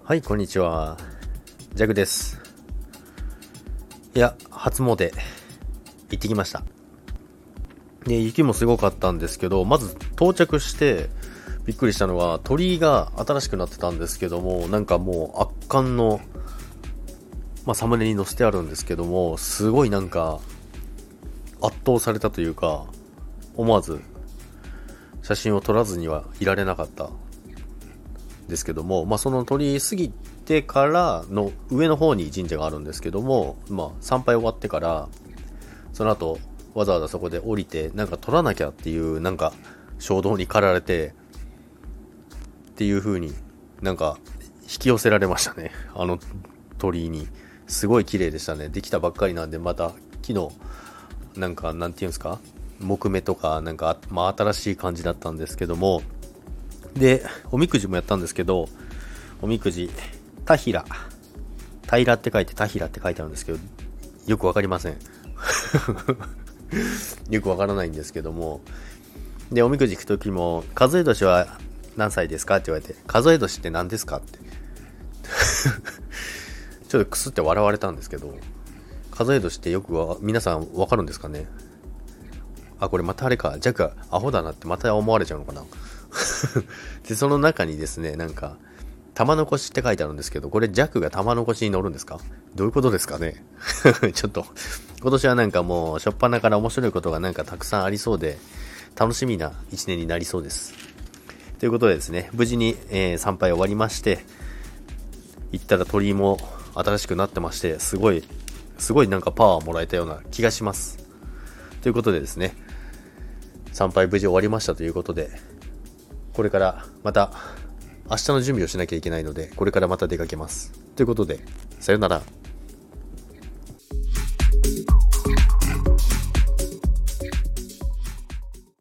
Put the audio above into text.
はい、こんにちは。ジャグです。いや、初詣行ってきました。で、雪もすごかったんですけど、まず到着してびっくりしたのは鳥居が新しくなってたんですけども、なんかもう圧巻の、サムネに載せてあるんですけども、すごいなんか圧倒されたというか、思わず写真を撮らずにはいられなかったですけども、その鳥居過ぎてからの上の方に神社があるんですけども、参拝終わってからその後わざわざそこで降りてなんか撮らなきゃっていうなんか衝動に駆られてっていう風になんか引き寄せられましたね。あの鳥居にすごい綺麗でしたね。できたばっかりなんで、また昨日なんていうんですか、木目とかなんか新しい感じだったんですけども、でおみくじもやったんですけど、おみくじ平って書いて田平って書いてあるんですけど、よくわかりませんよくわからないんですけども、でおみくじ引くときも数え年は何歳ですかって言われて、数え年って何ですかってちょっとクスって笑われたんですけど、数え年って皆さんわかるんですかね。これまたあれか、ジャックアホだなってまた思われちゃうのかなでその中にですね、なんか玉残しって書いてあるんですけど、これジャックが玉残しに乗るんですか？どういうことですかねちょっと今年はなんかもう初っ端から面白いことがなんかたくさんありそうで、楽しみな一年になりそうです。ということでですね、無事に、参拝終わりまして、行ったら鳥居も新しくなってまして、すごいなんかパワーもらえたような気がします。ということでですね、参拝無事終わりましたということで、これからまた明日の準備をしなきゃいけないので、これからまた出かけます。ということで、さよなら。